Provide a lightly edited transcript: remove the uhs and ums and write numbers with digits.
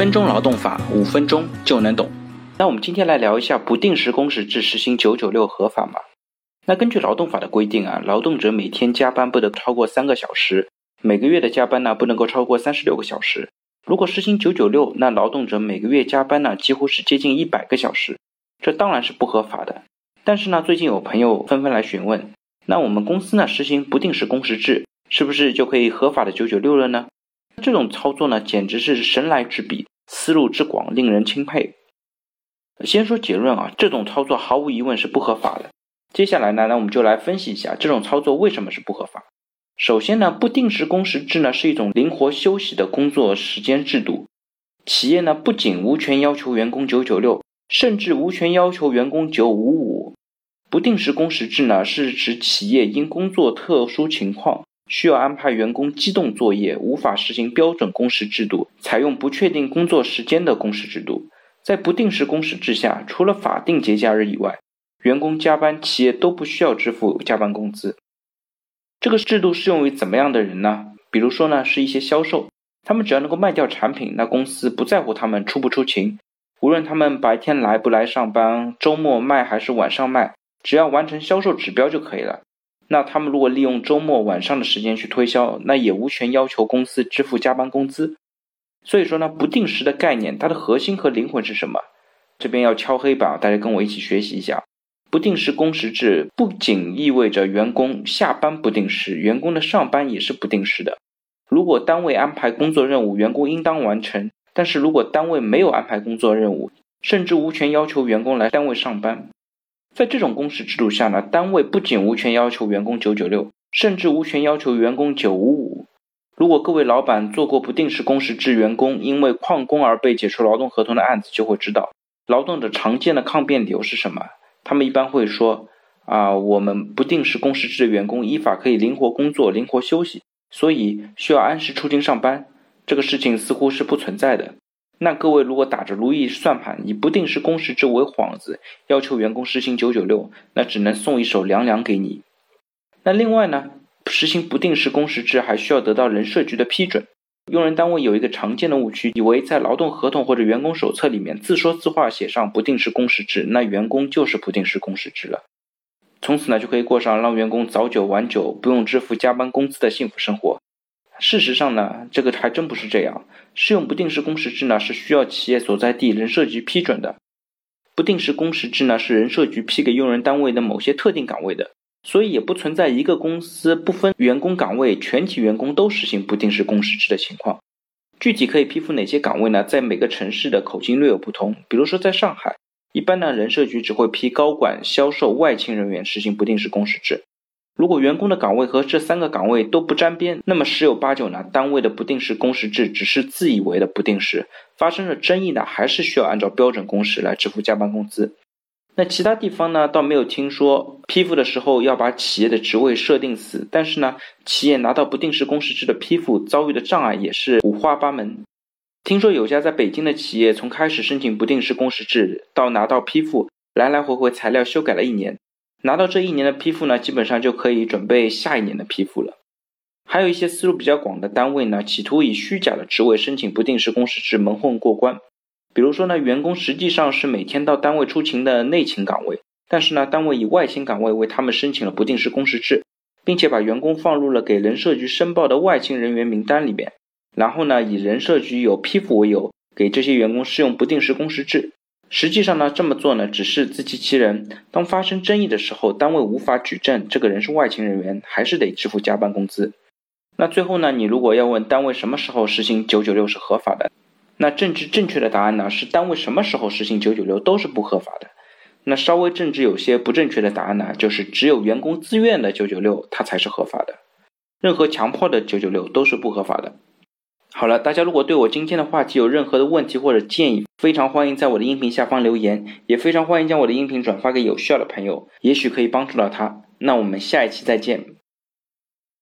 分钟劳动法，5分钟就能懂。那我们今天来聊一下不定时工时制实行996合法吗？那根据劳动法的规定劳动者每天加班不得超过3个小时，每个月的加班不能够超过36个小时。如果实行996，那劳动者每个月加班几乎是接近100个小时，这当然是不合法的。但是最近有朋友纷纷来询问，那我们公司实行不定时工时制，是不是就可以合法的996了呢？这种操作简直是神来之笔，思路之广，令人钦佩。先说结论这种操作毫无疑问是不合法的。接下来我们就来分析一下这种操作为什么是不合法。首先不定时工时制是一种灵活休息的工作时间制度。企业不仅无权要求员工996，甚至无权要求员工955。不定时工时制是指企业因工作特殊情况需要安排员工机动作业，无法实行标准工时制度，采用不确定工作时间的工时制度。在不定时工时制下，除了法定节假日以外，员工加班企业都不需要支付加班工资。这个制度适用于怎么样的人呢？比如说是一些销售，他们只要能够卖掉产品，那公司不在乎他们出不出勤，无论他们白天来不来上班，周末卖还是晚上卖，只要完成销售指标就可以了。那他们如果利用周末晚上的时间去推销，那也无权要求公司支付加班工资。所以说不定时的概念，它的核心和灵魂是什么？这边要敲黑板，大家跟我一起学习一下。不定时工时制不仅意味着员工下班不定时，员工的上班也是不定时的。如果单位安排工作任务，员工应当完成，但是如果单位没有安排工作任务，甚至无权要求员工来单位上班。在这种工时制度下单位不仅无权要求员工996，甚至无权要求员工955。如果各位老板做过不定时工时制员工因为旷工而被解除劳动合同的案子，就会知道劳动者常见的抗辩理由是什么。他们一般会说我们不定时工时制的员工依法可以灵活工作，灵活休息，所以需要按时出勤上班。这个事情似乎是不存在的。那各位如果打着如意算盘，以不定时工时制为幌子，要求员工实行996，那只能送一手凉凉给你。那另外实行不定时工时制还需要得到人社局的批准。用人单位有一个常见的误区，以为在劳动合同或者员工手册里面自说自话写上不定时工时制，那员工就是不定时工时制了。从此就可以过上让员工早九晚九，不用支付加班工资的幸福生活。事实上这个还真不是这样。适用不定时工时制是需要企业所在地人社局批准的。不定时工时制是人社局批给用人单位的某些特定岗位的，所以也不存在一个公司不分员工岗位，全体员工都实行不定时工时制的情况。具体可以批复哪些岗位在每个城市的口径略有不同。比如说在上海，一般人社局只会批高管、销售、外勤人员实行不定时工时制。如果员工的岗位和这3个岗位都不沾边，那么十有八九单位的不定时工时制只是自以为的不定时，发生了争议还是需要按照标准工时来支付加班工资。那其他地方倒没有听说批复的时候要把企业的职位设定死，但是企业拿到不定时工时制的批复遭遇的障碍也是五花八门。听说有家在北京的企业从开始申请不定时工时制到拿到批复，来来回回材料修改了1年，拿到这1年的批复基本上就可以准备下1年的批复了。还有一些思路比较广的单位企图以虚假的职位申请不定时工时制蒙混过关。比如说员工实际上是每天到单位出勤的内勤岗位，但是单位以外勤岗位为他们申请了不定时工时制，并且把员工放入了给人社局申报的外勤人员名单里面，然后以人社局有批复为由，给这些员工适用不定时工时制。实际上这么做只是自欺欺人。当发生争议的时候，单位无法举证这个人是外勤人员，还是得支付加班工资。那最后你如果要问单位什么时候实行996是合法的，那政治正确的答案是单位什么时候实行996都是不合法的。那稍微政治有些不正确的答案就是只有员工自愿的996它才是合法的，任何强迫的996都是不合法的。好了，大家如果对我今天的话题有任何的问题或者建议，非常欢迎在我的音频下方留言，也非常欢迎将我的音频转发给有需要的朋友，也许可以帮助到他。那我们下一期再见。